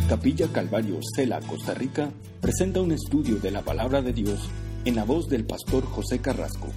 Capilla Calvario, Cela, Costa Rica, presenta un estudio de la Palabra de Dios en la voz del pastor José Carrasco.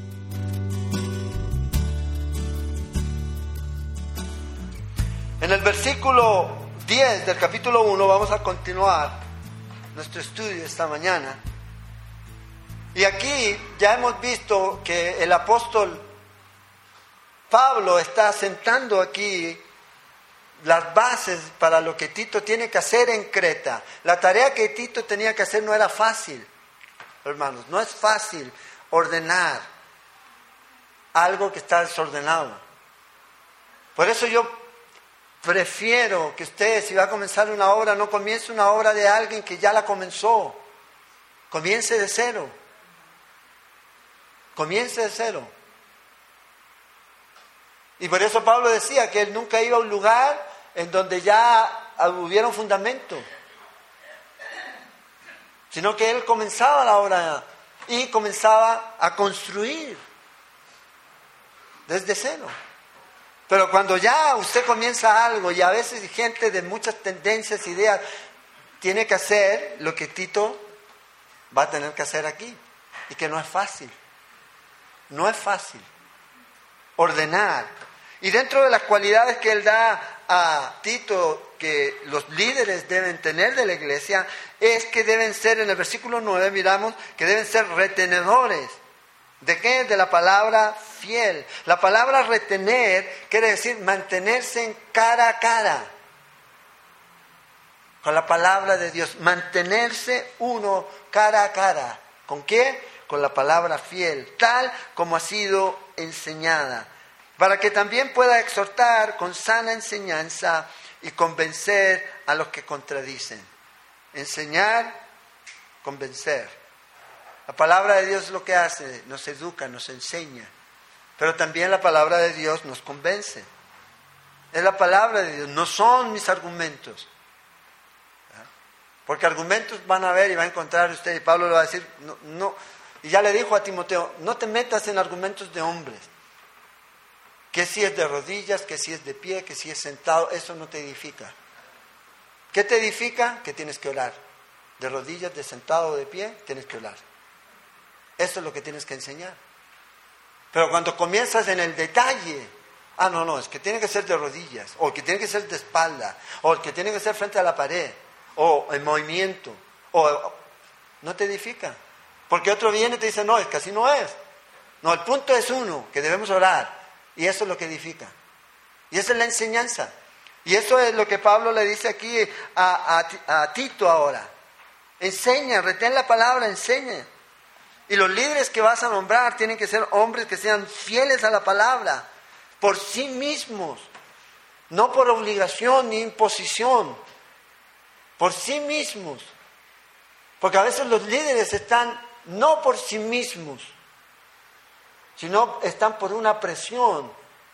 En el versículo 10 del capítulo 1 vamos a continuar nuestro estudio esta mañana. Y aquí ya hemos visto que el apóstol Pablo está sentando aquí las bases para lo que Tito tiene que hacer en Creta. La tarea que Tito tenía que hacer no era fácil, hermanos. No es fácil ordenar algo que está desordenado. Por eso yo prefiero que usted, si va a comenzar una obra, no comience una obra de alguien que ya la comenzó. Comience de cero. Comience de cero. Y por eso Pablo decía que él nunca iba a un lugar en donde ya hubiera un fundamento, sino que él comenzaba la obra y comenzaba a construir desde cero. Pero cuando ya usted comienza algo, y a veces gente de muchas tendencias, ideas, tiene que hacer lo que Tito va a tener que hacer aquí, y que no es fácil. No es fácil ordenar. Y dentro de las cualidades que él da a Tito, que los líderes deben tener de la iglesia, es que deben ser, en el versículo 9 miramos, que deben ser retenedores. ¿De qué? De la palabra fiel. La palabra retener quiere decir mantenerse en cara a cara con la palabra de Dios. Mantenerse uno cara a cara. ¿Con qué? Con la palabra fiel, tal como ha sido enseñada, para que también pueda exhortar con sana enseñanza y convencer a los que contradicen. Enseñar, convencer. La palabra de Dios es lo que hace, nos educa, nos enseña, pero también la palabra de Dios nos convence. Es la palabra de Dios, no son mis argumentos. Porque argumentos van a ver y va a encontrar usted, y Pablo le va a decir, no. Y ya le dijo a Timoteo, no te metas en argumentos de hombres. Que si es de rodillas, que si es de pie, que si es sentado, eso no te edifica. ¿Qué te edifica? Que tienes que orar. De rodillas, de sentado o de pie, tienes que orar. Eso es lo que tienes que enseñar. Pero cuando comienzas en el detalle, no, es que tiene que ser de rodillas, o que tiene que ser de espalda, o que tiene que ser frente a la pared, o en movimiento, no te edifica. Porque otro viene y te dice, no, es que así no es. No, el punto es uno, que debemos orar. Y eso es lo que edifica. Y esa es la enseñanza. Y eso es lo que Pablo le dice aquí a Tito ahora. Enseña, retén la palabra, enseña. Y los líderes que vas a nombrar tienen que ser hombres que sean fieles a la palabra, por sí mismos. No por obligación ni imposición. Por sí mismos. Porque a veces los líderes están no por sí mismos, sino están por una presión.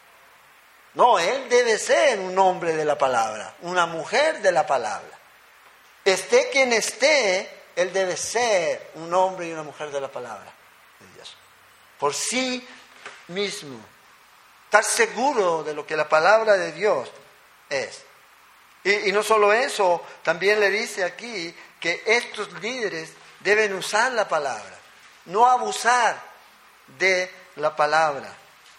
No, él debe ser un hombre de la palabra, una mujer de la palabra. Esté quien esté, él debe ser un hombre y una mujer de la palabra de Dios. Por sí mismo. Estar seguro de lo que la palabra de Dios es. Y no solo eso, también le dice aquí que estos líderes deben usar la palabra, no abusar de la palabra.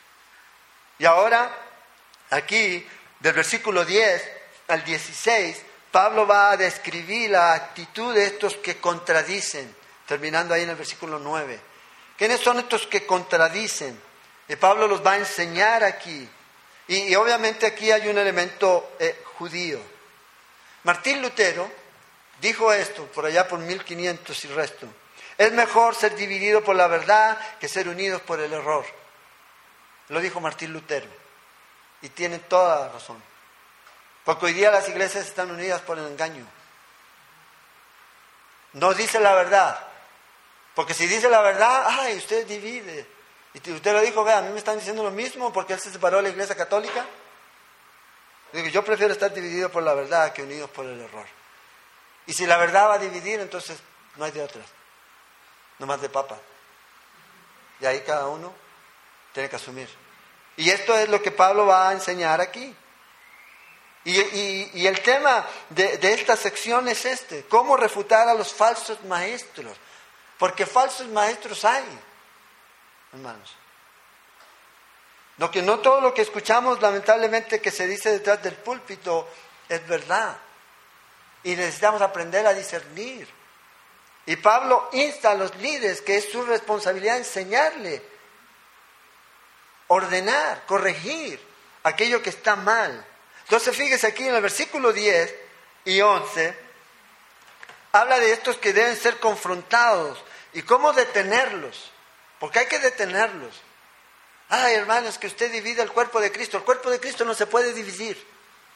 Y ahora, aquí, del versículo 10 al 16, Pablo va a describir la actitud de estos que contradicen, terminando ahí en el versículo 9. ¿Quiénes son estos que contradicen? Y Pablo los va a enseñar aquí. Y obviamente aquí hay un elemento judío. Martín Lutero dijo esto, por allá por 1500 y resto. Es mejor ser dividido por la verdad que ser unidos por el error. Lo dijo Martín Lutero. Y tiene toda la razón. Porque hoy día las iglesias están unidas por el engaño. No dice la verdad. Porque si dice la verdad, usted divide. Y usted lo dijo, a mí me están diciendo lo mismo porque él se separó de la iglesia católica. Digo, yo prefiero estar dividido por la verdad que unidos por el error. Y si la verdad va a dividir, entonces no hay de otras. No más de papa. Y ahí cada uno tiene que asumir. Y esto es lo que Pablo va a enseñar aquí. Y el tema de esta sección es cómo refutar a los falsos maestros. Porque falsos maestros hay, hermanos. No todo lo que escuchamos, lamentablemente, que se dice detrás del púlpito es verdad. Y necesitamos aprender a discernir. Y Pablo insta a los líderes que es su responsabilidad enseñarle, ordenar, corregir aquello que está mal. Entonces fíjese aquí en el versículo 10 y 11, habla de estos que deben ser confrontados y cómo detenerlos, porque hay que detenerlos. Ay, hermanos, que usted divide el cuerpo de Cristo. El cuerpo de Cristo no se puede dividir,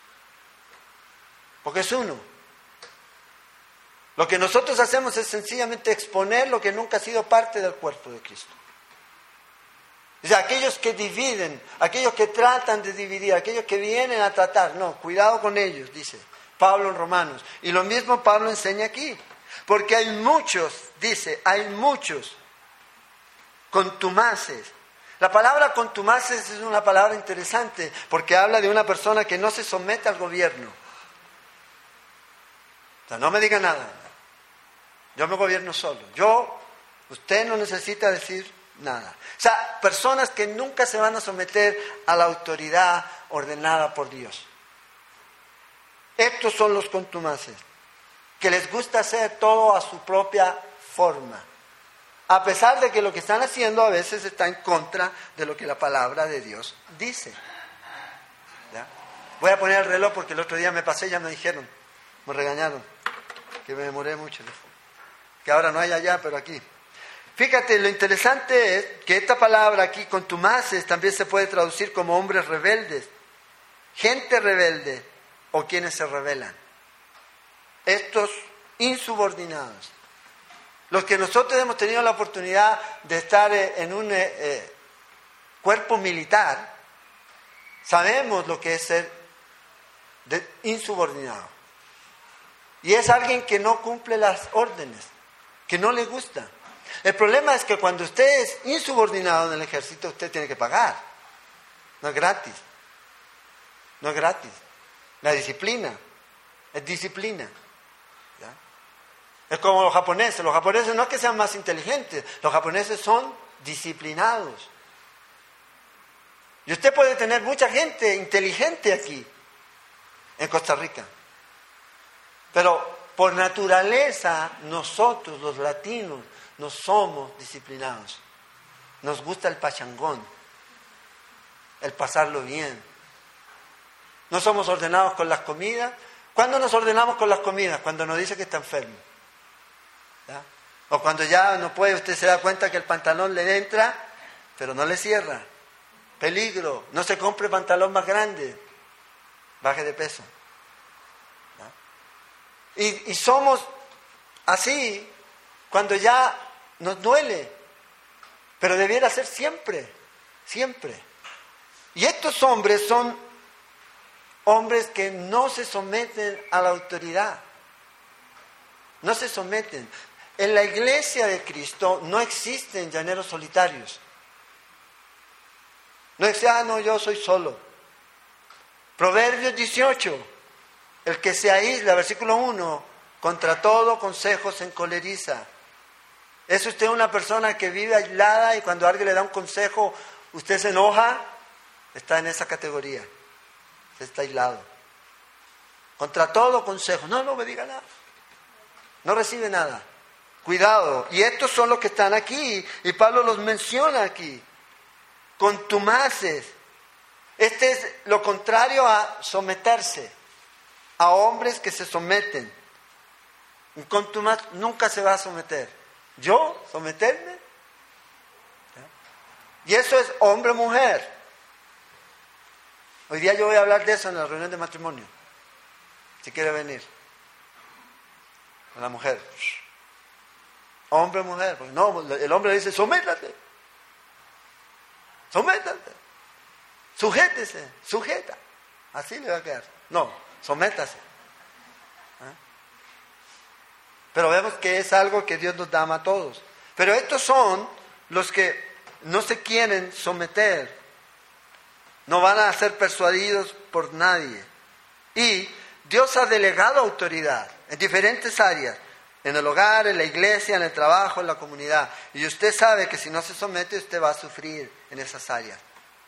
porque es uno. Lo que nosotros hacemos es sencillamente exponer lo que nunca ha sido parte del cuerpo de Cristo. O sea, aquellos que dividen, aquellos que tratan de dividir, aquellos que vienen a tratar, no, cuidado con ellos, dice Pablo en Romanos. Y lo mismo Pablo enseña aquí, porque hay muchos, dice, hay muchos contumaces. La palabra contumaces es una palabra interesante, porque habla de una persona que no se somete al gobierno. O sea, no me diga nada. Yo me gobierno solo. Usted no necesita decir nada. O sea, personas que nunca se van a someter a la autoridad ordenada por Dios. Estos son los contumaces, que les gusta hacer todo a su propia forma, a pesar de que lo que están haciendo a veces está en contra de lo que la palabra de Dios dice. ¿Ya? Voy a poner el reloj porque el otro día me pasé y ya me dijeron, me regañaron, que me demoré mucho, que ahora no hay allá, pero aquí. Fíjate, lo interesante es que esta palabra aquí, contumaces, también se puede traducir como hombres rebeldes, gente rebelde o quienes se rebelan. Estos insubordinados. Los que nosotros hemos tenido la oportunidad de estar en un cuerpo militar, sabemos lo que es ser insubordinado. Y es alguien que no cumple las órdenes, que no le gusta. El problema es que cuando usted es insubordinado en el ejército, usted tiene que pagar. No es gratis. No es gratis. La disciplina es disciplina. ¿Ya? Es como los japoneses. Los japoneses no es que sean más inteligentes. Los japoneses son disciplinados. Y usted puede tener mucha gente inteligente aquí, en Costa Rica. Pero por naturaleza, nosotros, los latinos, no somos disciplinados. Nos gusta el pachangón, el pasarlo bien. No somos ordenados con las comidas. ¿Cuándo nos ordenamos con las comidas? Cuando nos dice que está enfermo. ¿Ya? O cuando ya no puede, usted se da cuenta que el pantalón le entra, pero no le cierra. Peligro, no se compre pantalón más grande. Baje de peso. ¿Ya? Y somos así cuando ya nos duele, pero debiera ser siempre, siempre. Y estos hombres son hombres que no se someten a la autoridad, no se someten. En la iglesia de Cristo no existen llaneros solitarios. No existe, no, yo soy solo. Proverbios 18, el que se aísla, versículo 1, contra todo consejo se encoleriza. ¿Es usted una persona que vive aislada y cuando alguien le da un consejo, usted se enoja? Está en esa categoría. Usted está aislado. Contra todo consejo. No me diga nada. No recibe nada. Cuidado. Y estos son los que están aquí. Y Pablo los menciona aquí. Contumaces. Este es lo contrario a someterse. A hombres que se someten. Un contumaz nunca se va a someter. ¿Yo? ¿Someterme? ¿Ya? Y eso es hombre-mujer. Hoy día yo voy a hablar de eso en la reunión de matrimonio. Si quiere venir. Con la mujer. Hombre-mujer. Porque no, el hombre le dice, sométate. Sométate. Sujétese. Sujeta. Así le va a quedar. No, sométase. Pero vemos que es algo que Dios nos da a todos. Pero estos son los que no se quieren someter. No van a ser persuadidos por nadie. Y Dios ha delegado autoridad en diferentes áreas, en el hogar, en la iglesia, en el trabajo, en la comunidad. Y usted sabe que si no se somete, usted va a sufrir en esas áreas.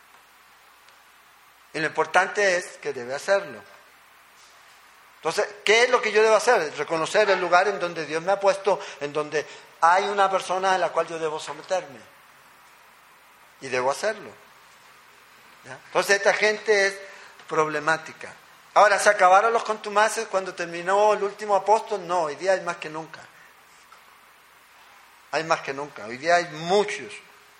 Y lo importante es que debe hacerlo. Entonces, ¿qué es lo que yo debo hacer? Reconocer el lugar en donde Dios me ha puesto, en donde hay una persona en la cual yo debo someterme. Y debo hacerlo. ¿Ya? Entonces, esta gente es problemática. Ahora, ¿se acabaron los contumaces cuando terminó el último apóstol? No, hoy día hay más que nunca. Hay más que nunca. Hoy día hay muchos.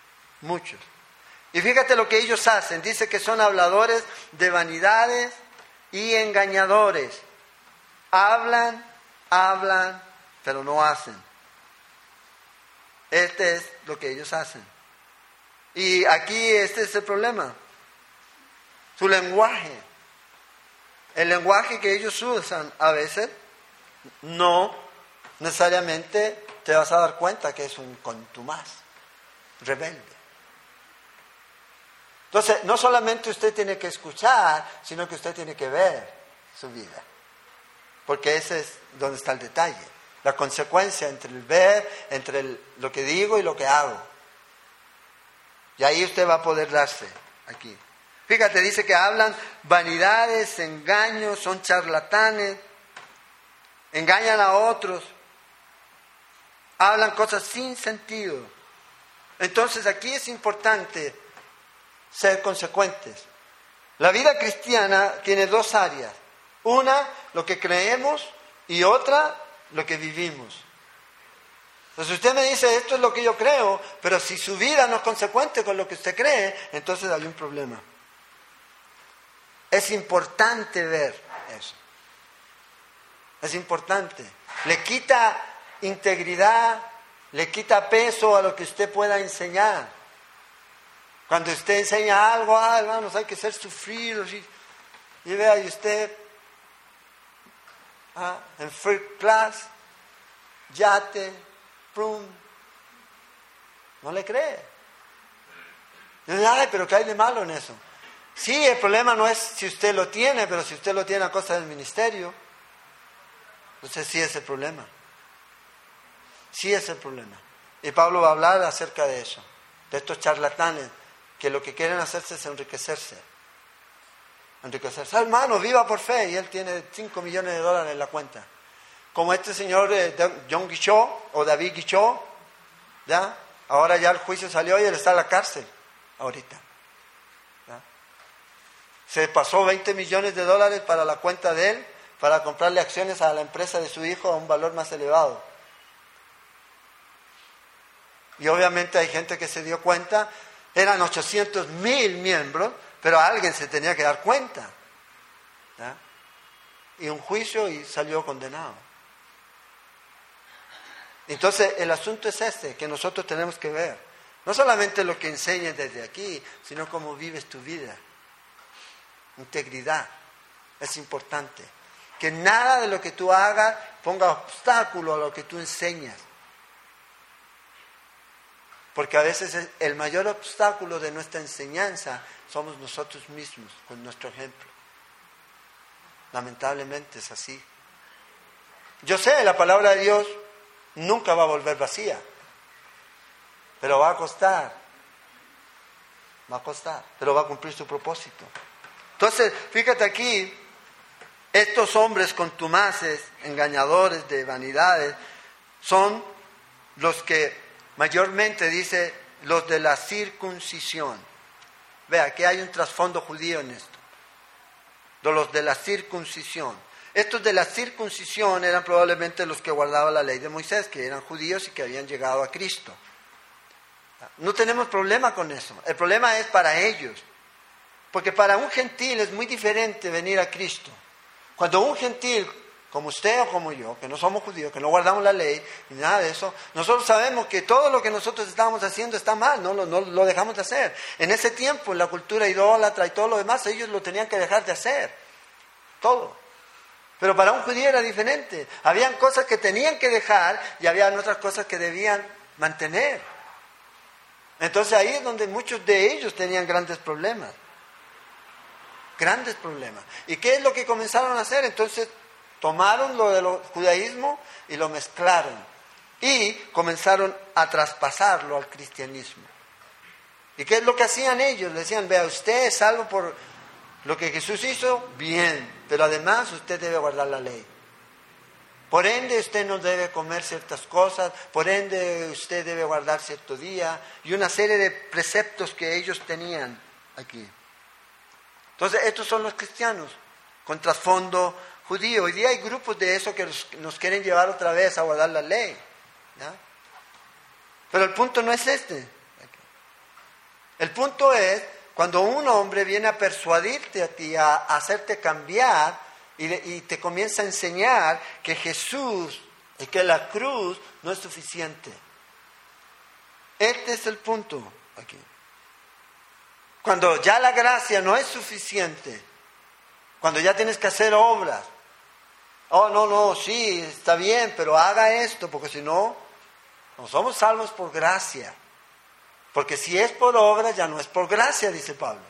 Y fíjate lo que ellos hacen. Dice que son habladores de vanidades y engañadores. Hablan, pero no hacen. Este es lo que ellos hacen. Y aquí este es el problema. Su lenguaje. El lenguaje que ellos usan a veces no necesariamente te vas a dar cuenta que es un contumaz, rebelde. Entonces, no solamente usted tiene que escuchar, sino que usted tiene que ver su vida. Porque ese es donde está el detalle. La consecuencia entre el ver, entre lo que digo y lo que hago. Y ahí usted va a poder darse aquí. Fíjate, dice que hablan vanidades, engaños, son charlatanes, engañan a otros, hablan cosas sin sentido. Entonces aquí es importante ser consecuentes. La vida cristiana tiene dos áreas. Una, lo que creemos, y otra, lo que vivimos. Entonces usted me dice, esto es lo que yo creo, pero si su vida no es consecuente con lo que usted cree, entonces hay un problema. Es importante ver eso. Es importante. Le quita integridad, le quita peso a lo que usted pueda enseñar. Cuando usted enseña algo, hermanos, hay que ser sufridos. Y vea, y usted, en first class, yate, prum, no le cree. Y dice, pero ¿qué hay de malo en eso? Sí, el problema no es si usted lo tiene, pero si usted lo tiene a costa del ministerio, entonces sí es el problema. Sí es el problema. Y Pablo va a hablar acerca de eso, de estos charlatanes que lo que quieren hacerse es enriquecerse. Hermano, viva por fe, y él tiene $5 millones en la cuenta. Como este señor John Guichot o David Guichot, ¿ya? Ahora ya el juicio salió y él está en la cárcel ahorita. Se pasó $20 millones para la cuenta de él, para comprarle acciones a la empresa de su hijo a un valor más elevado. Y obviamente hay gente que se dio cuenta, eran 800,000 miembros, pero alguien se tenía que dar cuenta. ¿Ya? Y un juicio y salió condenado. Entonces el asunto es que nosotros tenemos que ver. No solamente lo que enseñes desde aquí, sino cómo vives tu vida. Integridad es importante. Que nada de lo que tú hagas ponga obstáculo a lo que tú enseñas. Porque a veces el mayor obstáculo de nuestra enseñanza somos nosotros mismos, con nuestro ejemplo. Lamentablemente es así. Yo sé, la palabra de Dios nunca va a volver vacía. Pero va a costar, pero va a cumplir su propósito. Entonces, fíjate aquí, estos hombres contumaces, engañadores de vanidades, son los que mayormente dice los de la circuncisión. Vea, que hay un trasfondo judío en esto. De los de la circuncisión. Estos de la circuncisión eran probablemente los que guardaban la ley de Moisés, que eran judíos y que habían llegado a Cristo. No tenemos problema con eso. El problema es para ellos. Porque para un gentil es muy diferente venir a Cristo. Cuando un gentil, como usted o como yo, que no somos judíos, que no guardamos la ley, ni nada de eso, nosotros sabemos que todo lo que nosotros estamos haciendo está mal, no lo dejamos de hacer. En ese tiempo, en la cultura idólatra y todo lo demás, ellos lo tenían que dejar de hacer. Todo. Pero para un judío era diferente. Habían cosas que tenían que dejar y habían otras cosas que debían mantener. Entonces ahí es donde muchos de ellos tenían grandes problemas. grandes problemas. ¿Y qué es lo que comenzaron a hacer? Entonces tomaron lo del judaísmo y lo mezclaron y comenzaron a traspasarlo al cristianismo. ¿Y qué es lo que hacían ellos? Le decían, vea, usted es salvo por lo que Jesús hizo, bien, pero además usted debe guardar la ley. Por ende, usted no debe comer ciertas cosas, por ende, usted debe guardar cierto día, y una serie de preceptos que ellos tenían aquí. Entonces, estos son los cristianos, con trasfondo judío. Hoy día hay grupos de eso que nos quieren llevar otra vez a guardar la ley, ¿ya? Pero el punto no es este. El punto es cuando un hombre viene a persuadirte a ti, a hacerte cambiar y te comienza a enseñar que Jesús y que la cruz no es suficiente. Este es el punto aquí. Cuando ya la gracia no es suficiente, cuando ya tienes que hacer obras. Oh, no, sí, está bien, pero haga esto, porque si no, no somos salvos por gracia. Porque si es por obra, ya no es por gracia, dice Pablo.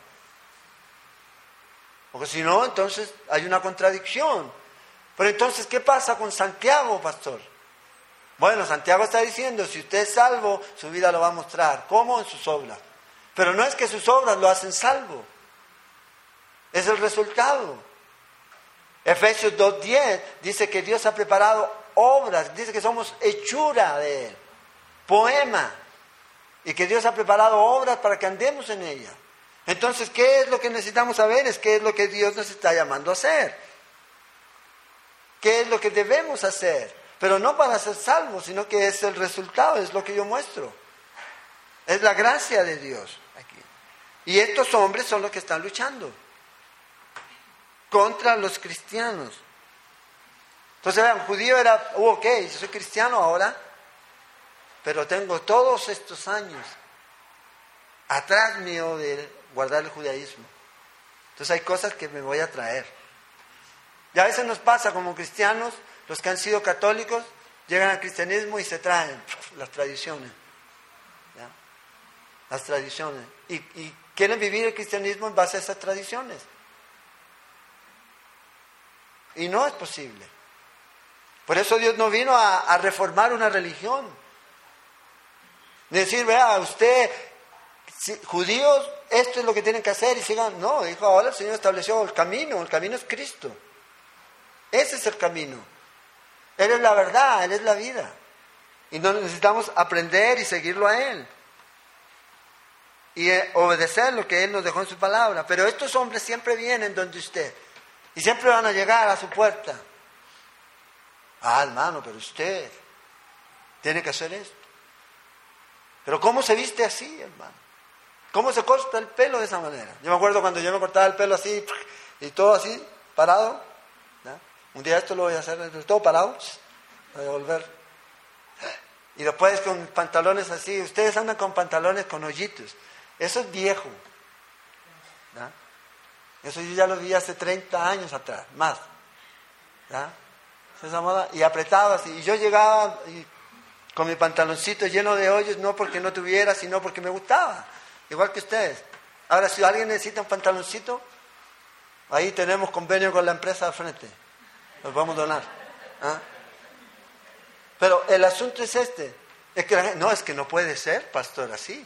Porque si no, entonces hay una contradicción. Pero entonces, ¿qué pasa con Santiago, pastor? Bueno, Santiago está diciendo, si usted es salvo, su vida lo va a mostrar. ¿Cómo? En sus obras. Pero no es que sus obras lo hacen salvo. Es el resultado. Efesios 2:10 dice que Dios ha preparado obras. Dice que somos hechura de Él. Poema. Y que Dios ha preparado obras para que andemos en ellas. Entonces, ¿qué es lo que necesitamos saber? Es qué es lo que Dios nos está llamando a hacer. ¿Qué es lo que debemos hacer? Pero no para ser salvos, sino que es el resultado, es lo que yo muestro. Es la gracia de Dios aquí. Y estos hombres son los que están luchando contra los cristianos. Entonces, vean, judío era, ok, yo soy cristiano ahora, pero tengo todos estos años atrás mío de guardar el judaísmo. Entonces hay cosas que me voy a traer. Y a veces nos pasa como cristianos, los que han sido católicos, llegan al cristianismo y se traen las tradiciones. ¿Ya? Las tradiciones. Y quieren vivir el cristianismo en base a esas tradiciones. Y no es posible. Por eso Dios no vino a reformar una religión. Decir, vea, usted, judíos, esto es lo que tienen que hacer y sigan. No, dijo, ahora el Señor estableció el camino es Cristo. Ese es el camino. Él es la verdad, Él es la vida. Y necesitamos aprender y seguirlo a Él. Y obedecer lo que Él nos dejó en su palabra. Pero estos hombres siempre vienen donde usted. Y siempre van a llegar a su puerta. Ah, hermano, pero usted tiene que hacer esto. Pero ¿cómo se viste así, hermano? ¿Cómo se corta el pelo de esa manera? Yo me acuerdo cuando yo me cortaba el pelo así, y todo así, parado. ¿Ya? Un día esto lo voy a hacer, todo parado. Voy a volver. Y después con pantalones así. Ustedes andan con pantalones con hoyitos. Eso es viejo. ¿Ya? Eso yo ya lo vi hace 30 años atrás, más. ¿Ya? Esa moda, y apretado así. Y yo llegaba con mi pantaloncito lleno de hoyos, no porque no tuviera, sino porque me gustaba. Igual que ustedes. Ahora, si alguien necesita un pantaloncito, ahí tenemos convenio con la empresa al frente. Los vamos a donar. ¿Ah? Pero el asunto es este. Es que es que no puede ser, pastor, así.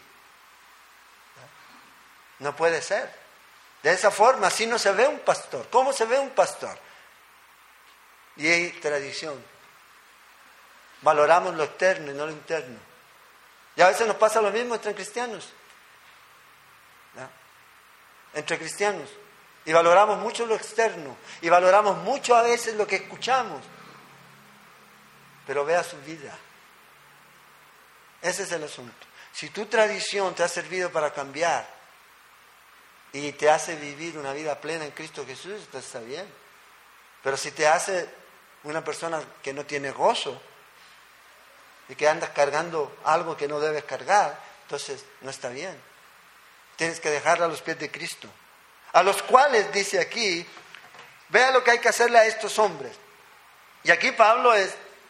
No puede ser. De esa forma, así no se ve un pastor. ¿Cómo se ve un pastor? Y hay tradición. Valoramos lo externo y no lo interno. Y a veces nos pasa lo mismo entre cristianos. ¿Ya? Entre cristianos. Y valoramos mucho lo externo. Y valoramos mucho a veces lo que escuchamos. Pero vea su vida. Ese es el asunto. Si tu tradición te ha servido para cambiar y te hace vivir una vida plena en Cristo Jesús, entonces está bien. Pero si te hace una persona que no tiene gozo y que andas cargando algo que no debes cargar, entonces no está bien. Tienes que dejarla a los pies de Cristo. A los cuales, dice aquí, vea lo que hay que hacerle a estos hombres. Y aquí Pablo es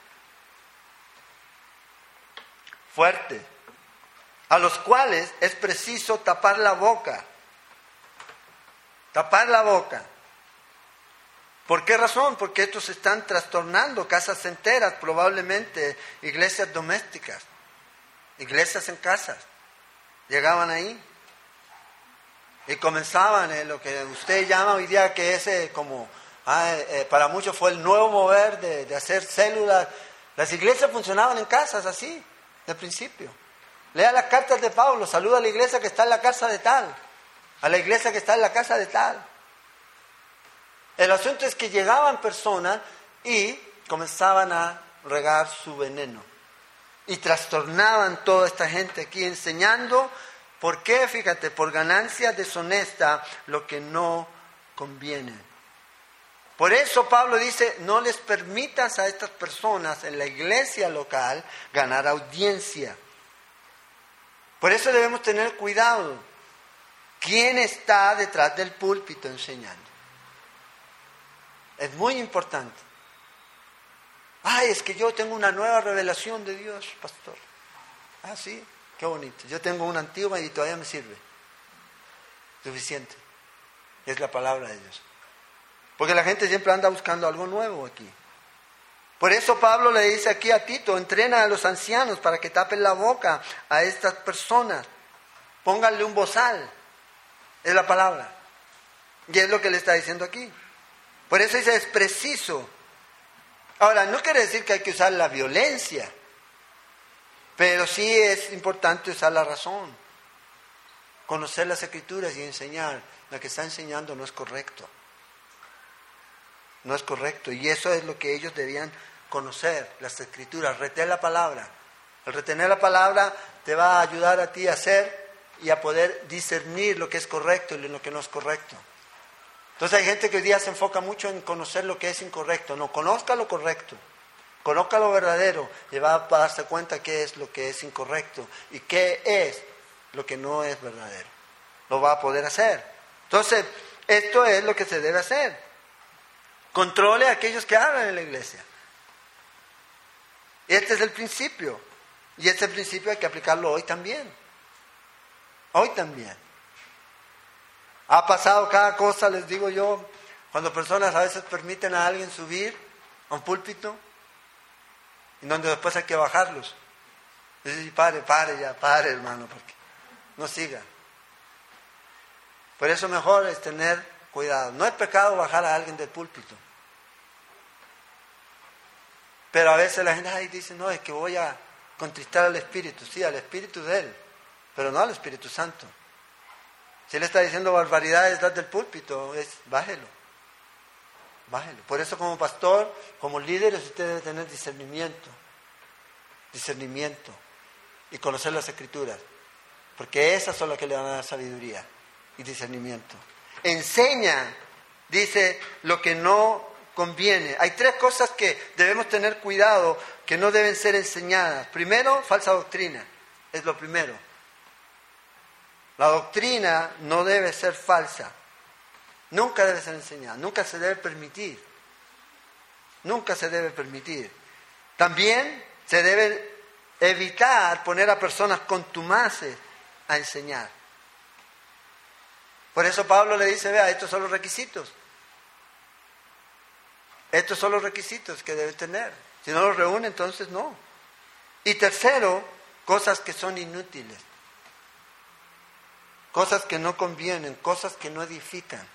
fuerte. A los cuales es preciso tapar la boca. tapar la boca. ¿Por qué razón? Porque estos están trastornando casas enteras, probablemente iglesias domésticas, iglesias en casas. Llegaban ahí y comenzaban lo que usted llama hoy día que es como, para muchos fue el nuevo mover de hacer células. Las iglesias funcionaban en casas así, de principio. Lea las cartas de Pablo, saluda a la iglesia que está en la casa de tal, a la iglesia que está en la casa de tal. El asunto es que llegaban personas y comenzaban a regar su veneno. Y trastornaban toda esta gente aquí enseñando. ¿Por qué? Fíjate, por ganancia deshonesta lo que no conviene. Por eso Pablo dice, no les permitas a estas personas en la iglesia local ganar audiencia. Por eso debemos tener cuidado. ¿Quién está detrás del púlpito enseñando? Es muy importante. Es que yo tengo una nueva revelación de Dios, pastor. Sí, qué bonito. Yo tengo una antigua y todavía me sirve. Suficiente. Es la palabra de Dios. Porque la gente siempre anda buscando algo nuevo aquí. Por eso Pablo le dice aquí a Tito, entrena a los ancianos para que tapen la boca a estas personas. Pónganle un bozal. Es la palabra. Y es lo que le está diciendo aquí. Por eso dice, es preciso. Ahora, no quiere decir que hay que usar la violencia, pero sí es importante usar la razón. Conocer las Escrituras y enseñar. Lo que está enseñando no es correcto. No es correcto. Y eso es lo que ellos debían conocer, las Escrituras, retener la palabra. El retener la palabra te va a ayudar a ti a hacer y a poder discernir lo que es correcto y lo que no es correcto. Entonces hay gente que hoy día se enfoca mucho en conocer lo que es incorrecto. No, conozca lo correcto, conozca lo verdadero y va a darse cuenta qué es lo que es incorrecto y qué es lo que no es verdadero. Lo va a poder hacer. Entonces, esto es lo que se debe hacer. Controle a aquellos que hablan en la iglesia. Este es el principio. Y este principio hay que aplicarlo hoy también. Hoy también. Ha pasado cada cosa, les digo yo, cuando personas a veces permiten a alguien subir a un púlpito, y donde después hay que bajarlos. Dice, pare hermano, porque no siga. Por eso mejor es tener cuidado. No es pecado bajar a alguien del púlpito. Pero a veces la gente dice, no, es que voy a contristar al Espíritu. Sí, al Espíritu de Él, pero no al Espíritu Santo. Si Él está diciendo barbaridades desde el púlpito, bájelo. Por eso como pastor, como líder, usted debe tener discernimiento y conocer las Escrituras, porque esas son las que le van a dar sabiduría y discernimiento. Enseña, dice, lo que no conviene. Hay 3 cosas que debemos tener cuidado, que no deben ser enseñadas. Primero, falsa doctrina, es lo primero. La doctrina no debe ser falsa. Nunca debe ser enseñada. Nunca se debe permitir. También se debe evitar poner a personas contumaces a enseñar. Por eso Pablo le dice, vea, estos son los requisitos. Estos son los requisitos que debe tener. Si no los reúne, entonces no. Y tercero, cosas que son inútiles. Cosas que no convienen, cosas que no edifican.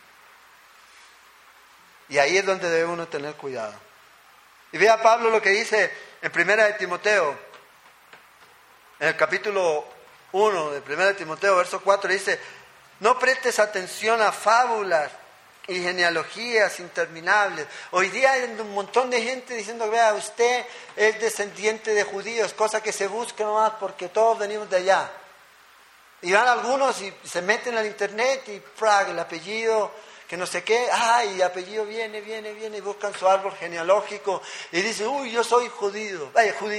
Y ahí es donde debe uno tener cuidado. Y vea Pablo lo que dice en 1 de Timoteo, en el capítulo 1 de 1 de Timoteo, verso 4, dice, no prestes atención a fábulas y genealogías interminables. Hoy día hay un montón de gente diciendo, vea, usted es descendiente de judíos, cosa que se busca nomás porque todos venimos de allá. Y van algunos y se meten al internet y el apellido, que no sé qué, y apellido viene, y buscan su árbol genealógico y dicen, yo soy judío.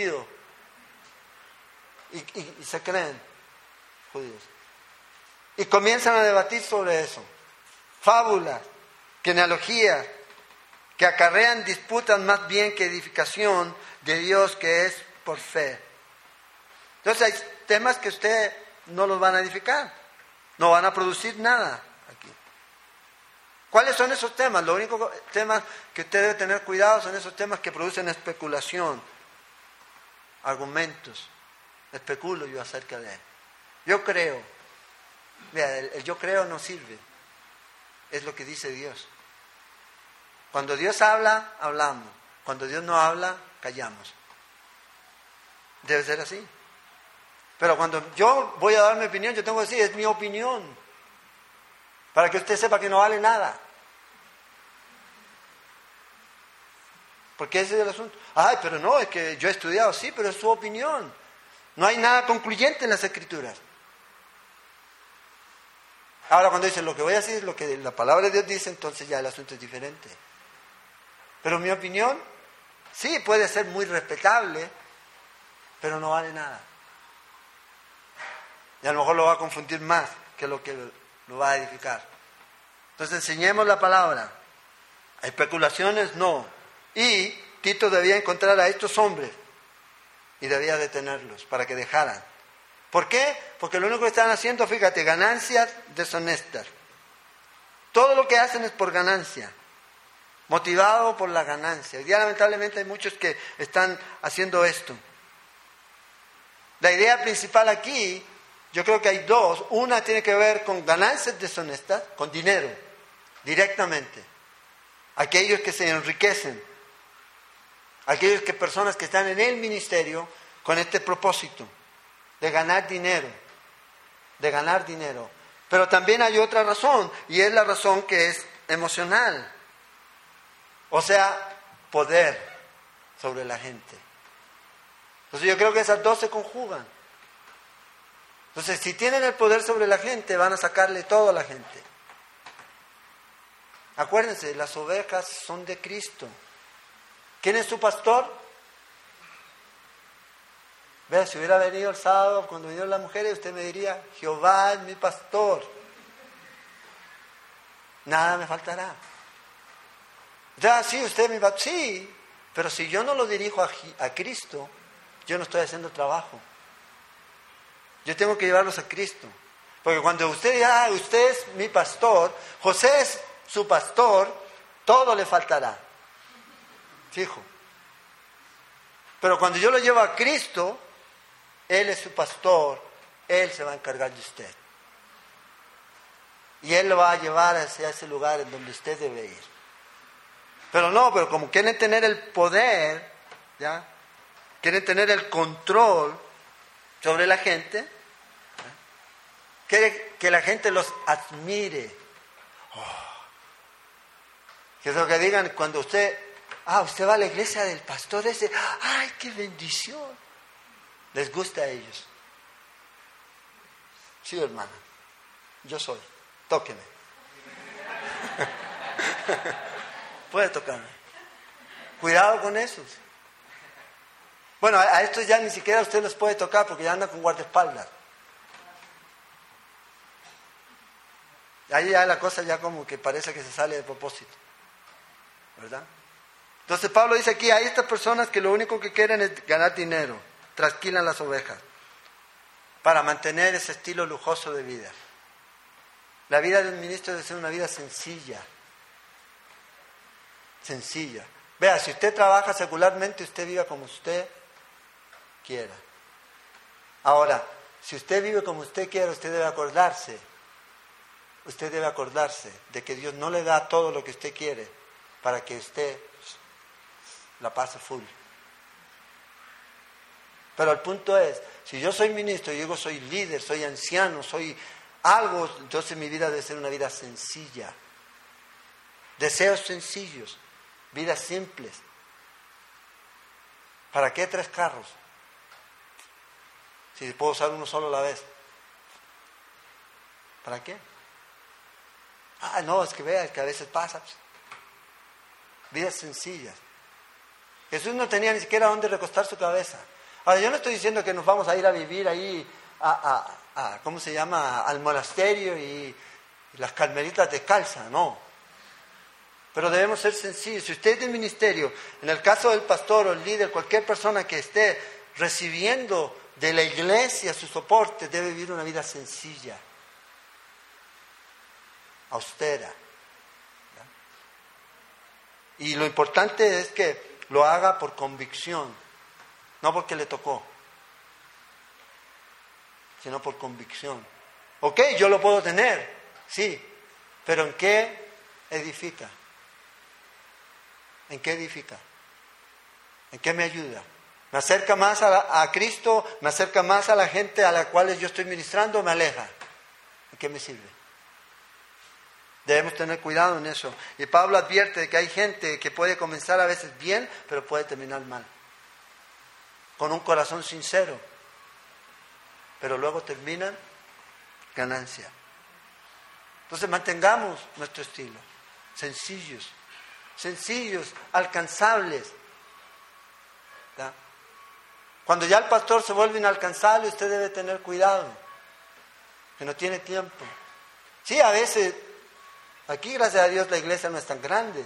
Y se creen judíos. Y comienzan a debatir sobre eso. Fábulas, genealogías, que acarrean disputas más bien que edificación de Dios, que es por fe. Entonces hay temas que usted no los van a edificar, no van a producir nada aquí. ¿Cuáles son esos temas? Los únicos temas que usted debe tener cuidado son esos temas que producen especulación, argumentos. Especulo yo acerca de él. Yo creo. Mira, el yo creo no sirve. Es lo que dice Dios. Cuando Dios habla, hablamos. Cuando Dios no habla, callamos. Debe ser así. Pero cuando yo voy a dar mi opinión, yo tengo que decir, es mi opinión. Para que usted sepa que no vale nada. Porque ese es el asunto. Ay, pero no, es que yo he estudiado, sí, pero es su opinión. No hay nada concluyente en las Escrituras. Ahora cuando dice lo que voy a decir es lo que la palabra de Dios dice, entonces ya el asunto es diferente. Pero mi opinión, sí, puede ser muy respetable, pero no vale nada. Y a lo mejor lo va a confundir más que lo que lo va a edificar. Entonces enseñemos la palabra. Especulaciones no. Y Tito debía encontrar a estos hombres y debía detenerlos para que dejaran. ¿Por qué? Porque lo único que están haciendo, fíjate, ganancias deshonestas. Todo lo que hacen es por ganancia, motivado por la ganancia. Hoy día lamentablemente hay muchos que están haciendo esto. La idea principal aquí, yo creo que hay dos. Una tiene que ver con ganancias deshonestas, con dinero, directamente. Aquellos que se enriquecen, aquellos que personas que están en el ministerio con este propósito de ganar dinero, Pero también hay otra razón, y es la razón que es emocional. O sea, poder sobre la gente. Entonces yo creo que esas dos se conjugan. Entonces, si tienen el poder sobre la gente, van a sacarle todo a la gente. Acuérdense, las ovejas son de Cristo. ¿Quién es su pastor? Vea, si hubiera venido el sábado, cuando vinieron las mujeres, usted me diría, Jehová es mi pastor. Nada me faltará. Ya, sí, usted es mi pastor. Sí, pero si yo no lo dirijo a Cristo, yo no estoy haciendo trabajo. Yo tengo que llevarlos a Cristo. Porque cuando usted diga, usted es mi pastor, José es su pastor, todo le faltará. Fijo. Pero cuando yo lo llevo a Cristo, Él es su pastor, Él se va a encargar de usted. Y Él lo va a llevar hacia ese lugar en donde usted debe ir. Pero como quieren tener el poder, ¿ya? Quieren tener el control sobre la gente, quieren que la gente los admire. Que es lo que digan cuando usted va a la iglesia del pastor ese, ¡ay, qué bendición! Les gusta a ellos. Sí, hermana, yo soy, tóqueme. Puede tocarme. Cuidado con esos. Bueno, a estos ya ni siquiera usted los puede tocar porque ya andan con guardaespaldas. Ahí ya la cosa ya como que parece que se sale de propósito. ¿Verdad? Entonces Pablo dice aquí, hay estas personas que lo único que quieren es ganar dinero, trasquilan las ovejas para mantener ese estilo lujoso de vida. La vida de un ministro debe ser una vida sencilla. Sencilla. Vea, si usted trabaja secularmente, usted viva como usted quiera. Ahora, si usted vive como usted quiera, usted debe acordarse de que Dios no le da todo lo que usted quiere para que usted la pase full. Pero el punto es, si yo soy ministro, yo soy líder, soy anciano, soy algo, entonces mi vida debe ser una vida sencilla. Deseos sencillos, vidas simples. ¿Para qué 3 carros? Si puedo usar uno solo a la vez. ¿Para qué? No, es que vea, que a veces pasa. Vidas sencillas. Jesús no tenía ni siquiera dónde recostar su cabeza. Ahora, yo no estoy diciendo que nos vamos a ir a vivir ahí ¿cómo se llama? Al monasterio y las carmelitas descalzas, no. Pero debemos ser sencillos. Si usted es del ministerio, en el caso del pastor o el líder, cualquier persona que esté recibiendo de la iglesia su soporte, debe vivir una vida sencilla, austera. Y lo importante es que lo haga por convicción, no porque le tocó, sino por convicción. Ok, yo lo puedo tener, sí, pero ¿en qué edifica? ¿En qué edifica? ¿En qué me ayuda? ¿Me acerca más a Cristo? ¿Me acerca más a la gente a la cual yo estoy ministrando o me aleja? ¿En qué me sirve? Debemos tener cuidado en eso. Y Pablo advierte de que hay gente que puede comenzar a veces bien, pero puede terminar mal. Con un corazón sincero. Pero luego terminan ganancia. Entonces mantengamos nuestro estilo. Sencillos, alcanzables. ¿Ya? Cuando ya el pastor se vuelve inalcanzable, usted debe tener cuidado, que no tiene tiempo. Sí, a veces, aquí gracias a Dios la iglesia no es tan grande,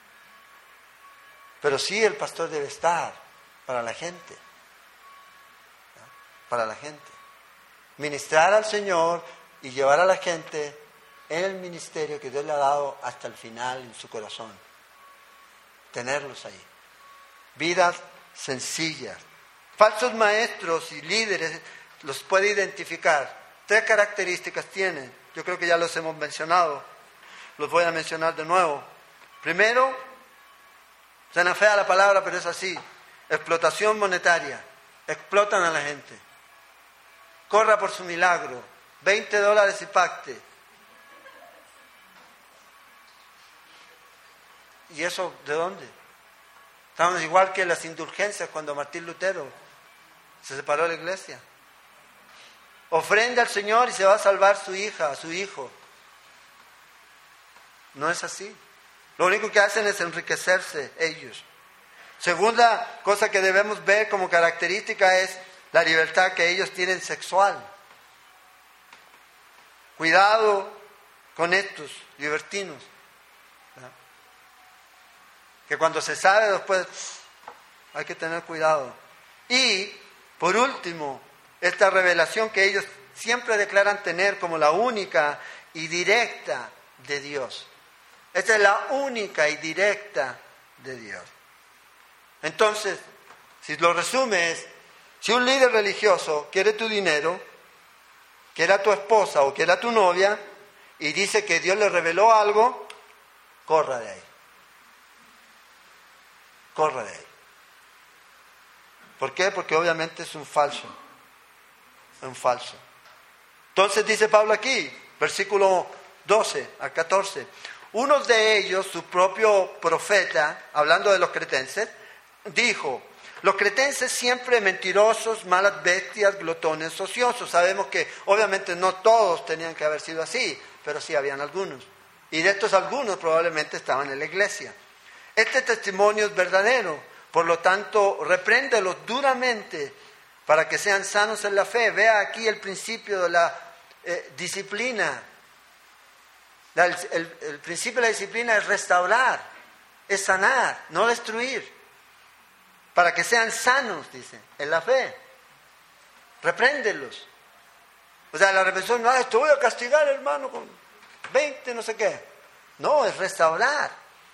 pero sí el pastor debe estar para la gente, ¿ya? Para la gente. Ministrar al Señor y llevar a la gente en el ministerio que Dios le ha dado hasta el final en su corazón. Tenerlos ahí. Vidas sencillas. Falsos maestros y líderes los puede identificar. 3 características tienen. Yo creo que ya los hemos mencionado. Los voy a mencionar de nuevo. Primero, suena fea la palabra, pero es así. Explotación monetaria. Explotan a la gente. Corra por su milagro. $20 y pacte. ¿Y eso de dónde? Estamos igual que las indulgencias cuando Martín Lutero se separó de la iglesia. Ofrenda al Señor y se va a salvar su hija, su hijo. No es así. Lo único que hacen es enriquecerse ellos. Segunda cosa que debemos ver como característica es la libertad que ellos tienen sexual. Cuidado con estos libertinos. ¿Verdad? Que cuando se sabe después hay que tener cuidado. Y, por último, esta revelación que ellos siempre declaran tener como la única y directa de Dios. Esta es la única y directa de Dios. Entonces, si lo resumes, si un líder religioso quiere tu dinero, quiere a tu esposa o quiere a tu novia, y dice que Dios le reveló algo, corra de ahí. Corra de ahí. ¿Por qué? Porque obviamente es un falso. Un falso. Entonces dice Pablo aquí, versículo 12 al 14. Uno de ellos, su propio profeta, hablando de los cretenses, dijo: los cretenses siempre mentirosos, malas bestias, glotones, ociosos. Sabemos que obviamente no todos tenían que haber sido así, pero sí habían algunos. Y de estos algunos probablemente estaban en la iglesia. Este testimonio es verdadero, por lo tanto, repréndelos duramente para que sean sanos en la fe. Vea aquí el principio de la disciplina. El principio de la disciplina es restaurar, es sanar, no destruir. Para que sean sanos, dice, en la fe. Repréndelos. O sea, la reprensión no es: te voy a castigar, hermano, con 20, no sé qué. No, es restaurar.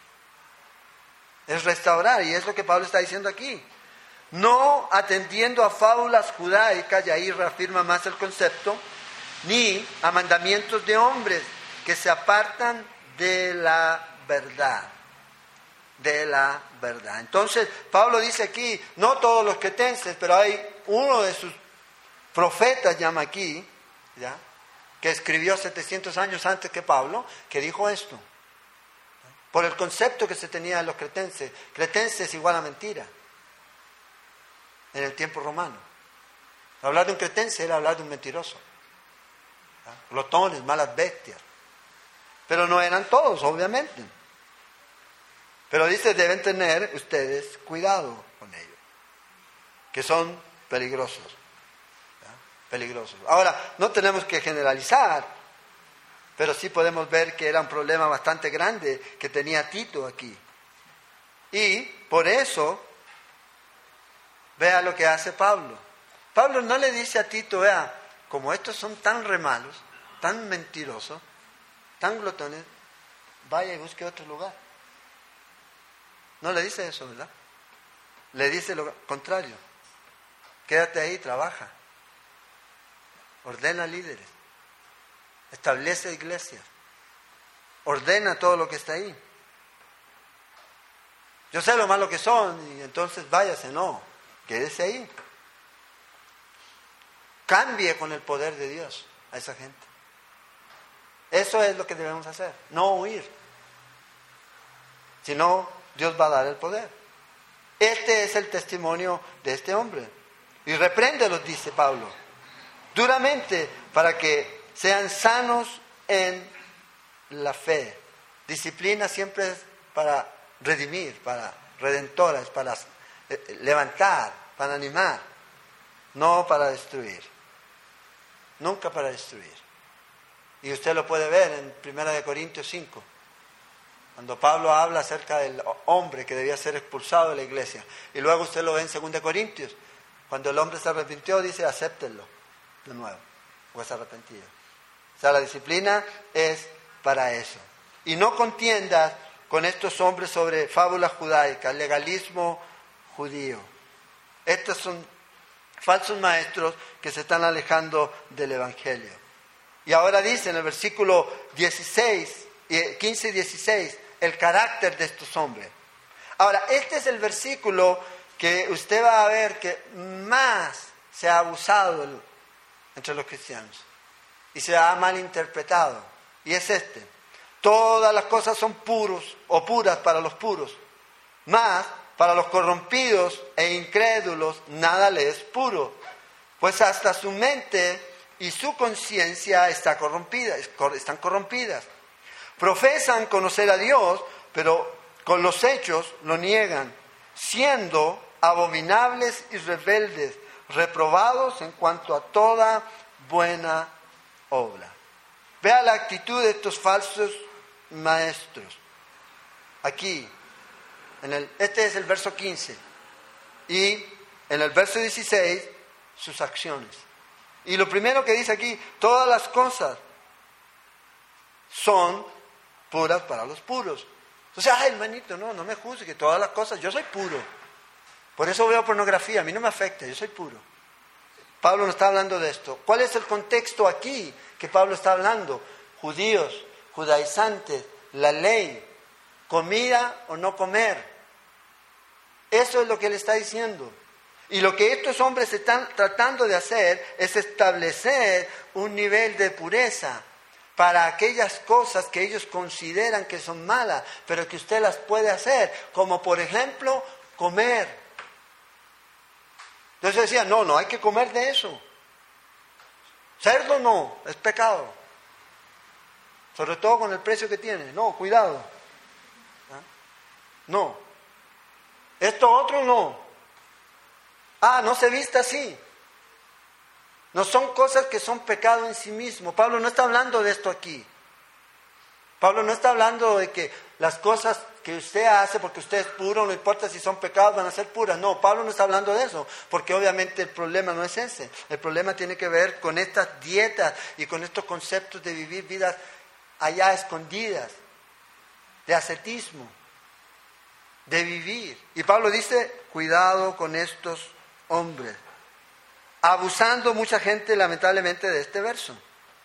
Es restaurar, y es lo que Pablo está diciendo aquí. No atendiendo a fábulas judaicas, y ahí reafirma más el concepto, ni a mandamientos de hombres que se apartan de la verdad. De la verdad. Entonces, Pablo dice aquí, no todos los cretenses, pero hay uno de sus profetas, llama aquí, ¿ya?, que escribió 700 años antes que Pablo, que dijo esto. Por el concepto que se tenía de los cretenses. Cretense es igual a mentira. En el tiempo romano. Hablar de un cretense era hablar de un mentiroso. ¿Ya? Glotones, malas bestias. Pero no eran todos, obviamente. Pero dice, deben tener ustedes cuidado con ellos, que son peligrosos. ¿Ya? Peligrosos. Ahora, no tenemos que generalizar, pero sí podemos ver que era un problema bastante grande que tenía Tito aquí. Y por eso, vea lo que hace Pablo. Pablo no le dice a Tito: vea, como estos son tan remalos, tan mentirosos, tan glotones, vaya y busque otro lugar. No le dice eso, ¿verdad? Le dice lo contrario. Quédate ahí, trabaja. Ordena líderes. Establece iglesias. Ordena todo lo que está ahí. Yo sé lo malo que son y entonces váyase. No, quédese ahí. Cambie con el poder de Dios a esa gente. Eso es lo que debemos hacer. No huir. Si no, Dios va a dar el poder. Este es el testimonio de este hombre. Y repréndelos, dice Pablo, duramente, para que sean sanos en la fe. Disciplina siempre es para redimir, para redentora, es para levantar, para animar, no para destruir. Nunca para destruir. Y usted lo puede ver en 1 Corintios 5. Cuando Pablo habla acerca del hombre que debía ser expulsado de la iglesia. Y luego usted lo ve en 2 Corintios. Cuando el hombre se arrepintió, dice, acéptenlo de nuevo, o es arrepentido. O sea, la disciplina es para eso. Y no contiendas con estos hombres sobre fábulas judaicas, legalismo judío. Estos son falsos maestros que se están alejando del Evangelio. Y ahora dice en el versículo 16, 15 y 16, el carácter de estos hombres. Ahora, este es el versículo que usted va a ver que más se ha abusado entre los cristianos y se ha malinterpretado. Y es este: todas las cosas son puros o puras para los puros, mas para los corrompidos e incrédulos nada le es puro, pues hasta su mente y su conciencia están corrompidas. Profesan conocer a Dios, pero con los hechos lo niegan, siendo abominables y rebeldes, reprobados en cuanto a toda buena obra. Vea la actitud de estos falsos maestros. Aquí, este es el verso 15. Y en el verso 16, sus acciones. Y lo primero que dice aquí, todas las cosas son puras para los puros. Entonces, hermanito, no me juzgue, que todas las cosas, yo soy puro. Por eso veo pornografía, a mí no me afecta, yo soy puro. Pablo no está hablando de esto. ¿Cuál es el contexto aquí que Pablo está hablando? Judíos, judaizantes, la ley, comida o no comer. Eso es lo que él está diciendo. Y lo que estos hombres están tratando de hacer es establecer un nivel de pureza para aquellas cosas que ellos consideran que son malas, pero que usted las puede hacer, como por ejemplo, comer. Entonces decía, no hay que comer de eso. Cerdo no, es pecado. Sobre todo con el precio que tiene. No, cuidado. No. Esto otro no. No se vista así. No son cosas que son pecado en sí mismo. Pablo no está hablando de esto aquí. Pablo no está hablando de que las cosas que usted hace porque usted es puro, no importa si son pecados, van a ser puras. No, Pablo no está hablando de eso, porque obviamente el problema no es ese. El problema tiene que ver con estas dietas y con estos conceptos de vivir vidas allá escondidas, de ascetismo, de vivir. Y Pablo dice, cuidado con estos hombres, abusando mucha gente lamentablemente de este verso.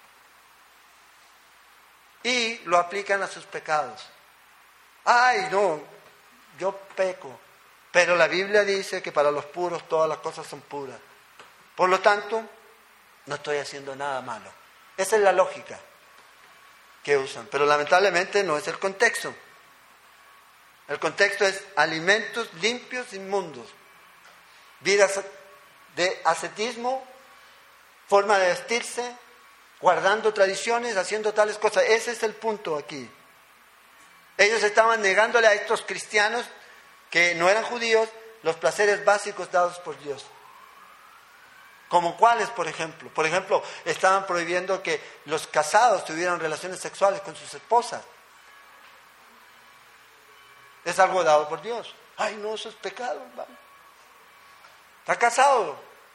Y lo aplican a sus pecados. No, yo peco. Pero la Biblia dice que para los puros todas las cosas son puras. Por lo tanto, no estoy haciendo nada malo. Esa es la lógica que usan. Pero lamentablemente no es el contexto. El contexto es alimentos limpios, inmundos. Vidas de ascetismo, forma de vestirse, guardando tradiciones, haciendo tales cosas. Ese es el punto aquí. Ellos estaban negándole a estos cristianos que no eran judíos los placeres básicos dados por Dios. ¿Como cuáles, por ejemplo? Por ejemplo, estaban prohibiendo que los casados tuvieran relaciones sexuales con sus esposas. Es algo dado por Dios. No, eso es pecado, hermano. Está casado.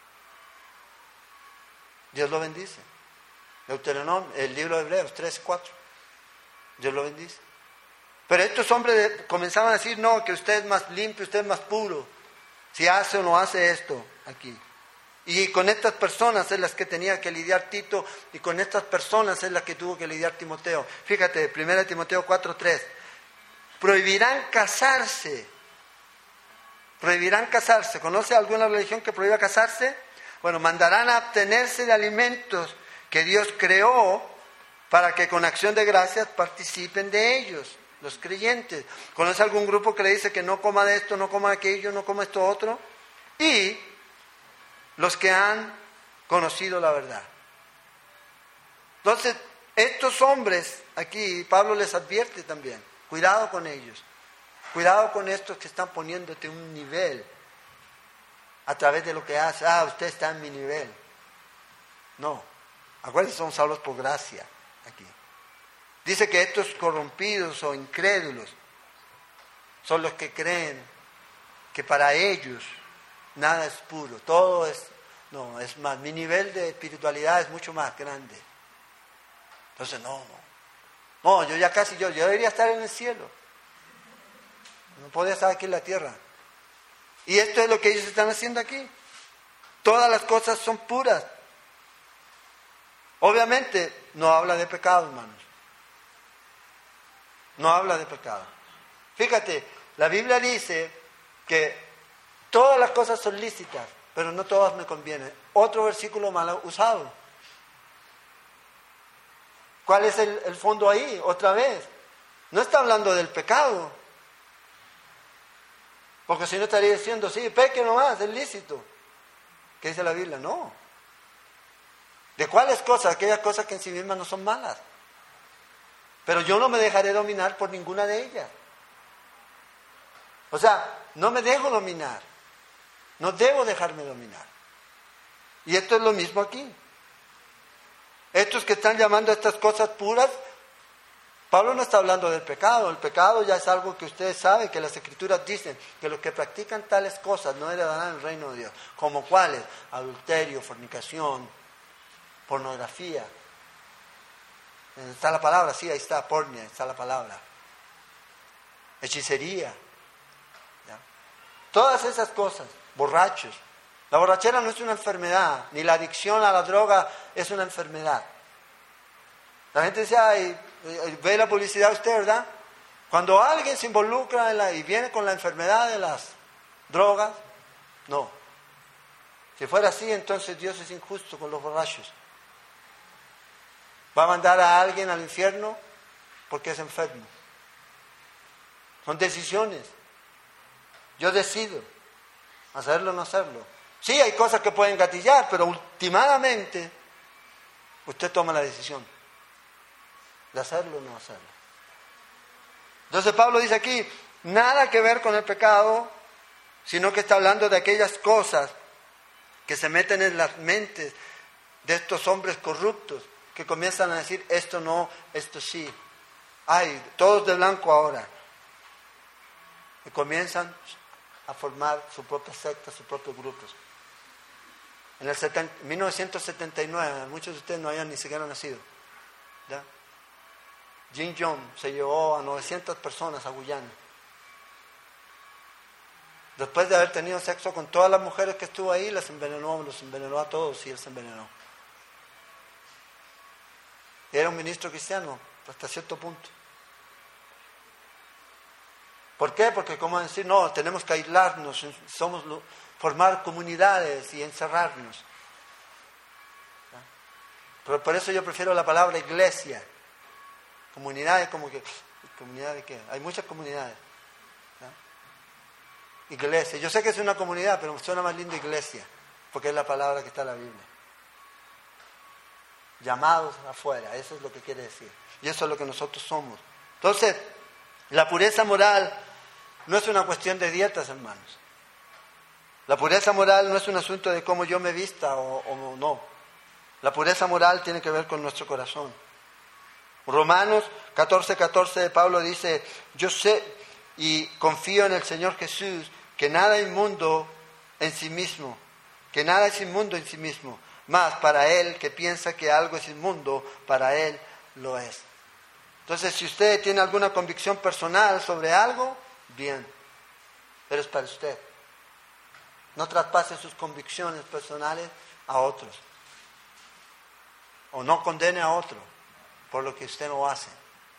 Dios lo bendice. Deuteronomio, el libro de Hebreos 3:4. Dios lo bendice. Pero estos hombres comenzaban a decir, no, que usted es más limpio, usted es más puro, si hace o no hace esto aquí. Y con estas personas es las que tenía que lidiar Tito, y con estas personas es las que tuvo que lidiar Timoteo. Fíjate, 1 Timoteo 4:3. Prohibirán casarse. Prohibirán casarse. ¿Conoce alguna religión que prohíba casarse? Bueno, mandarán a abstenerse de alimentos que Dios creó para que con acción de gracias participen de ellos, los creyentes. ¿Conoce algún grupo que le dice que no coma de esto, no coma de aquello, no coma esto otro? Y los que han conocido la verdad. Entonces, estos hombres, aquí Pablo les advierte también, cuidado con ellos, cuidado con estos que están poniéndote un nivel a través de lo que hace. Usted está en mi nivel. No, acuérdense, somos salvos por gracia aquí. Dice que estos corrompidos o incrédulos son los que creen que para ellos nada es puro, todo es, no, es más, mi nivel de espiritualidad es mucho más grande. Entonces, no, yo debería estar en el cielo. No podía estar aquí en la tierra. Y esto es lo que ellos están haciendo aquí. Todas las cosas son puras. Obviamente, no habla de pecado, hermanos. No habla de pecado. Fíjate, la Biblia dice que todas las cosas son lícitas, pero no todas me convienen. Otro versículo mal usado. ¿Cuál es el fondo ahí? Otra vez. No está hablando del pecado. Porque si no estaría diciendo, sí, peque nomás, es lícito. ¿Qué dice la Biblia? No. ¿De cuáles cosas? Aquellas cosas que en sí mismas no son malas. Pero yo no me dejaré dominar por ninguna de ellas. O sea, no me dejo dominar. No debo dejarme dominar. Y esto es lo mismo aquí. Estos que están llamando a estas cosas puras, Pablo no está hablando del pecado. El pecado ya es algo que ustedes saben, que las Escrituras dicen que los que practican tales cosas no heredarán el reino de Dios. ¿Como cuáles? Adulterio, fornicación, pornografía. ¿Está la palabra? Sí, ahí está, pornia, está la palabra. Hechicería. ¿Ya? Todas esas cosas, borrachos. La borrachera no es una enfermedad, ni la adicción a la droga es una enfermedad. La gente dice, ve la publicidad usted, ¿verdad? Cuando alguien se involucra y viene con la enfermedad de las drogas, no. Si fuera así, entonces Dios es injusto con los borrachos. Va a mandar a alguien al infierno porque es enfermo. Son decisiones. Yo decido hacerlo o no hacerlo. Sí, hay cosas que pueden gatillar, pero últimamente usted toma la decisión de hacerlo o no hacerlo. Entonces Pablo dice aquí, nada que ver con el pecado, sino que está hablando de aquellas cosas que se meten en las mentes de estos hombres corruptos, que comienzan a decir, esto no, esto sí. Todos de blanco ahora. Y comienzan a formar su propia secta, sus propios grupos. En 1979, muchos de ustedes no habían ni siquiera nacido. ¿Ya? Jim Jones se llevó a 900 personas a Guyana. Después de haber tenido sexo con todas las mujeres que estuvo ahí, los envenenó a todos y él se envenenó. Era un ministro cristiano hasta cierto punto. ¿Por qué? Porque como decir, no, tenemos que aislarnos, formar comunidades y encerrarnos. Pero por eso yo prefiero la palabra iglesia. Comunidades como que, ¿comunidad de qué? Hay muchas comunidades. Iglesia, yo sé que es una comunidad, pero suena más lindo iglesia, porque es la palabra que está en la Biblia. Llamados afuera, eso es lo que quiere decir. Y eso es lo que nosotros somos. Entonces, la pureza moral no es una cuestión de dietas, hermanos. La pureza moral no es un asunto de cómo yo me vista o no. La pureza moral tiene que ver con nuestro corazón. Romanos 14:14 de Pablo dice, yo sé y confío en el Señor Jesús que nada es inmundo en sí mismo, mas para él que piensa que algo es inmundo, para él lo es. Entonces, si usted tiene alguna convicción personal sobre algo, bien, pero es para usted. No traspase sus convicciones personales a otros. O no condene a otro por lo que usted no hace.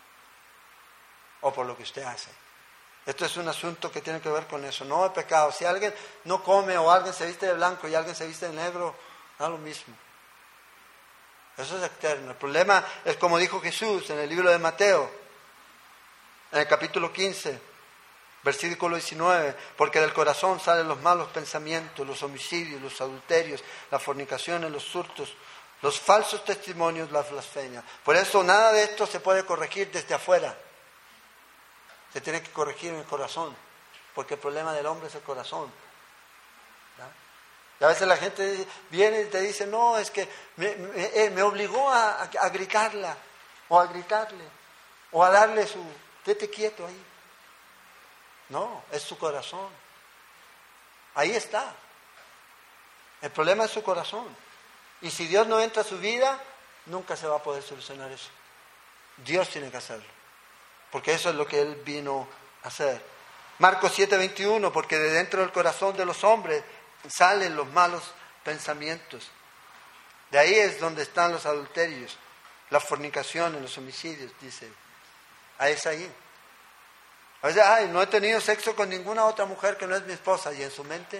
O por lo que usted hace. Esto es un asunto que tiene que ver con eso. No es pecado. Si alguien no come o alguien se viste de blanco y alguien se viste de negro, da lo mismo. Eso es externo. El problema es como dijo Jesús en el libro de Mateo, en el capítulo 15, versículo 19, porque del corazón salen los malos pensamientos, los homicidios, los adulterios, las fornicaciones, los hurtos, los falsos testimonios, las blasfemias. Por eso nada de esto se puede corregir desde afuera. Se tiene que corregir en el corazón, porque el problema del hombre es el corazón. ¿Ya? Y a veces la gente viene y te dice, no, es que me obligó a gritarla, o a gritarle, o a darle su, estate quieto ahí. No, es su corazón. Ahí está. El problema es su corazón. Y si Dios no entra a su vida, nunca se va a poder solucionar eso. Dios tiene que hacerlo. Porque eso es lo que Él vino a hacer. Marcos 7:21, porque de dentro del corazón de los hombres salen los malos pensamientos. De ahí es donde están los adulterios, las fornicaciones, los homicidios, dice. Ahí es ahí. A veces, no he tenido sexo con ninguna otra mujer que no es mi esposa. Y en su mente,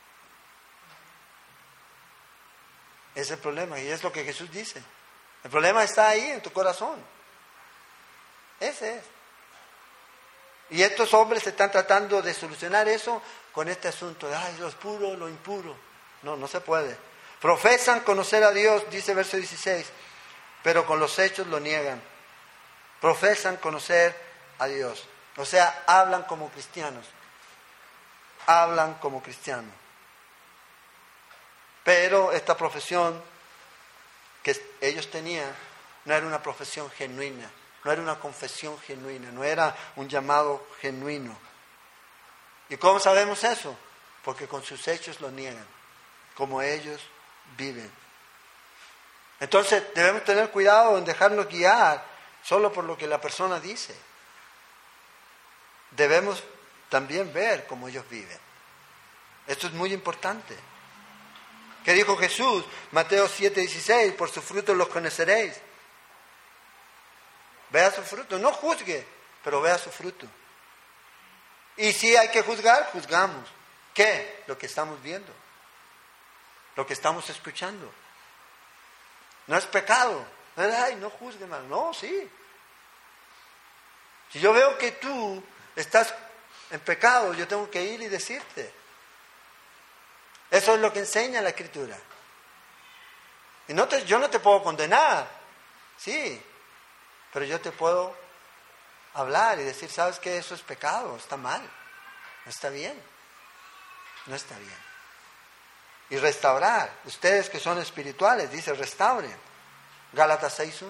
ese es el problema. Y es lo que Jesús dice. El problema está ahí, en tu corazón. Ese es. Y estos hombres están tratando de solucionar eso con este asunto de, lo puro, lo impuro. No se puede. Profesan conocer a Dios, dice verso 16, pero con los hechos lo niegan. Profesan conocer a Dios. O sea, hablan como cristianos. Hablan como cristianos. Pero esta profesión que ellos tenían no era una profesión genuina. No era una confesión genuina, no era un llamado genuino. ¿Y cómo sabemos eso? Porque con sus hechos lo niegan, como ellos viven. Entonces debemos tener cuidado en dejarnos guiar solo por lo que la persona dice. Debemos también ver cómo ellos viven. Esto es muy importante. ¿Qué dijo Jesús? Mateo 7:16, por sus frutos los conoceréis. Vea su fruto, no juzgue, pero vea su fruto. Y si hay que juzgar, juzgamos. ¿Qué? Lo que estamos viendo, lo que estamos escuchando. No es pecado. No juzgue mal. No, sí. Si yo veo que tú estás en pecado, yo tengo que ir y decirte. Eso es lo que enseña la Escritura. Y yo no te puedo condenar, sí. Pero yo te puedo hablar y decir, ¿sabes qué? Eso es pecado, está mal, no está bien, no está bien. Y restaurar, ustedes que son espirituales, dice, restauren. Gálatas 6:1.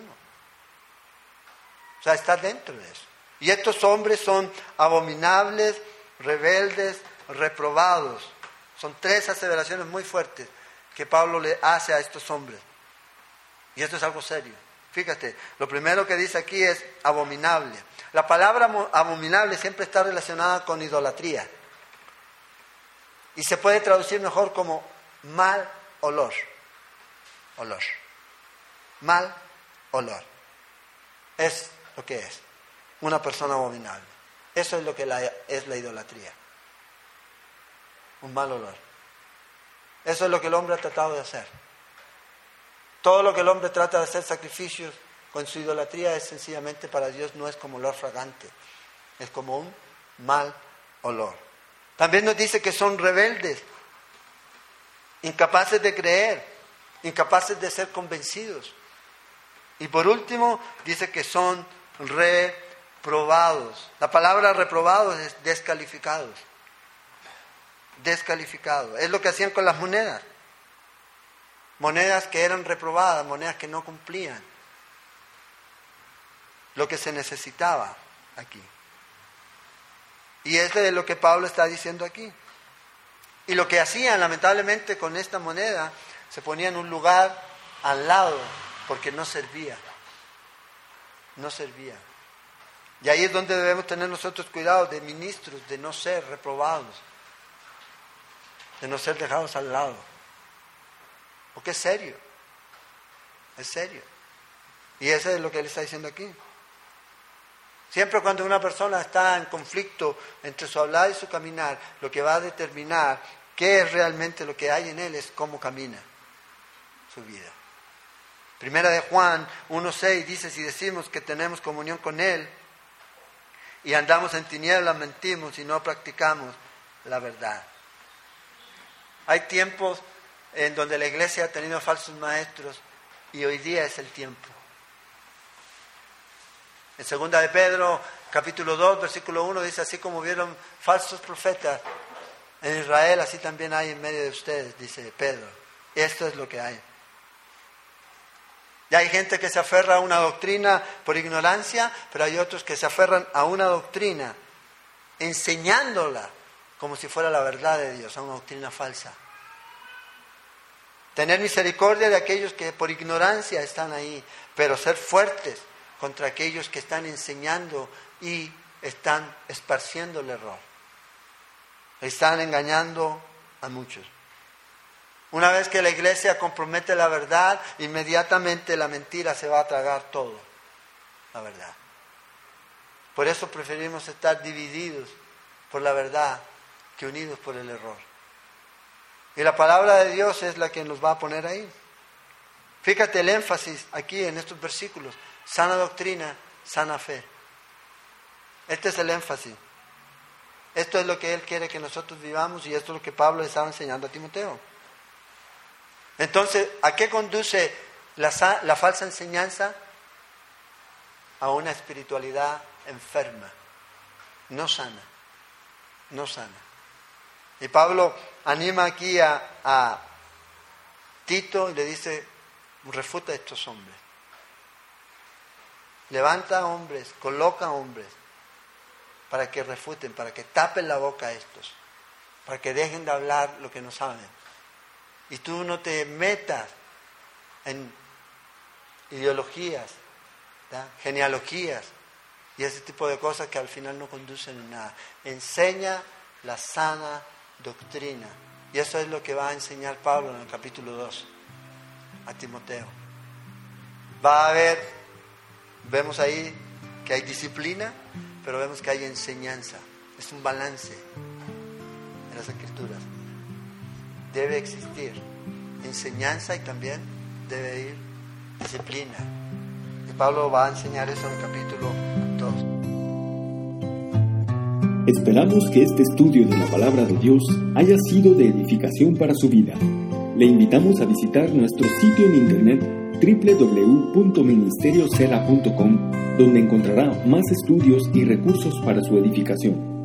O sea, está dentro de eso. Y estos hombres son abominables, rebeldes, reprobados. Son 3 aseveraciones muy fuertes que Pablo le hace a estos hombres. Y esto es algo serio. Fíjate, lo primero que dice aquí es abominable. La palabra abominable siempre está relacionada con idolatría. Y se puede traducir mejor como mal olor. Olor. Mal olor. Es lo que es. Una persona abominable. Eso es lo que es la idolatría. Un mal olor. Eso es lo que el hombre ha tratado de hacer. Todo lo que el hombre trata de hacer sacrificios con su idolatría es sencillamente para Dios no es como olor fragante, es como un mal olor. También nos dice que son rebeldes, incapaces de creer, incapaces de ser convencidos. Y por último dice que son reprobados. La palabra reprobados es descalificados. Descalificados. Es lo que hacían con las monedas. Monedas que eran reprobadas, monedas que no cumplían lo que se necesitaba aquí. Y es de lo que Pablo está diciendo aquí. Y lo que hacían, lamentablemente, con esta moneda, se ponía en un lugar al lado, porque no servía. No servía. Y ahí es donde debemos tener nosotros cuidado de ministros, de no ser reprobados, de no ser dejados al lado. Porque es serio. Es serio. Y eso es lo que él está diciendo aquí. Siempre cuando una persona está en conflicto entre su hablar y su caminar, lo que va a determinar qué es realmente lo que hay en él es cómo camina su vida. Primera de Juan 1:6 dice, si decimos que tenemos comunión con él y andamos en tinieblas, mentimos y no practicamos la verdad. Hay tiempos en donde la iglesia ha tenido falsos maestros y hoy día es el tiempo. En 2 de Pedro, capítulo 2, versículo 1, dice, así como hubieron falsos profetas en Israel, así también hay en medio de ustedes, dice Pedro. Esto es lo que hay. Y hay gente que se aferra a una doctrina por ignorancia, pero hay otros que se aferran a una doctrina, enseñándola como si fuera la verdad de Dios, a una doctrina falsa. Tener misericordia de aquellos que por ignorancia están ahí, pero ser fuertes contra aquellos que están enseñando y están esparciendo el error. Están engañando a muchos. Una vez que la iglesia compromete la verdad, inmediatamente la mentira se va a tragar todo, la verdad. Por eso preferimos estar divididos por la verdad que unidos por el error. Y la palabra de Dios es la que nos va a poner ahí. Fíjate el énfasis aquí en estos versículos. Sana doctrina, sana fe. Este es el énfasis. Esto es lo que Él quiere que nosotros vivamos y esto es lo que Pablo le estaba enseñando a Timoteo. Entonces, ¿a qué conduce la falsa enseñanza? A una espiritualidad enferma, no sana, no sana. Y Pablo anima aquí a Tito y le dice, refuta a estos hombres. Levanta hombres, coloca hombres para que refuten, para que tapen la boca a estos, para que dejen de hablar lo que no saben. Y tú no te metas en ideologías, ¿verdad? Genealogías y ese tipo de cosas que al final no conducen a nada. Enseña la sana doctrina. Y eso es lo que va a enseñar Pablo en el capítulo 2 a Timoteo. Va a haber, vemos ahí que hay disciplina, pero vemos que hay enseñanza. Es un balance en las Escrituras. Debe existir enseñanza y también debe ir disciplina. Y Pablo va a enseñar eso en el capítulo 2. Esperamos que este estudio de la Palabra de Dios haya sido de edificación para su vida. Le invitamos a visitar nuestro sitio en internet www.ministeriosela.com, donde encontrará más estudios y recursos para su edificación.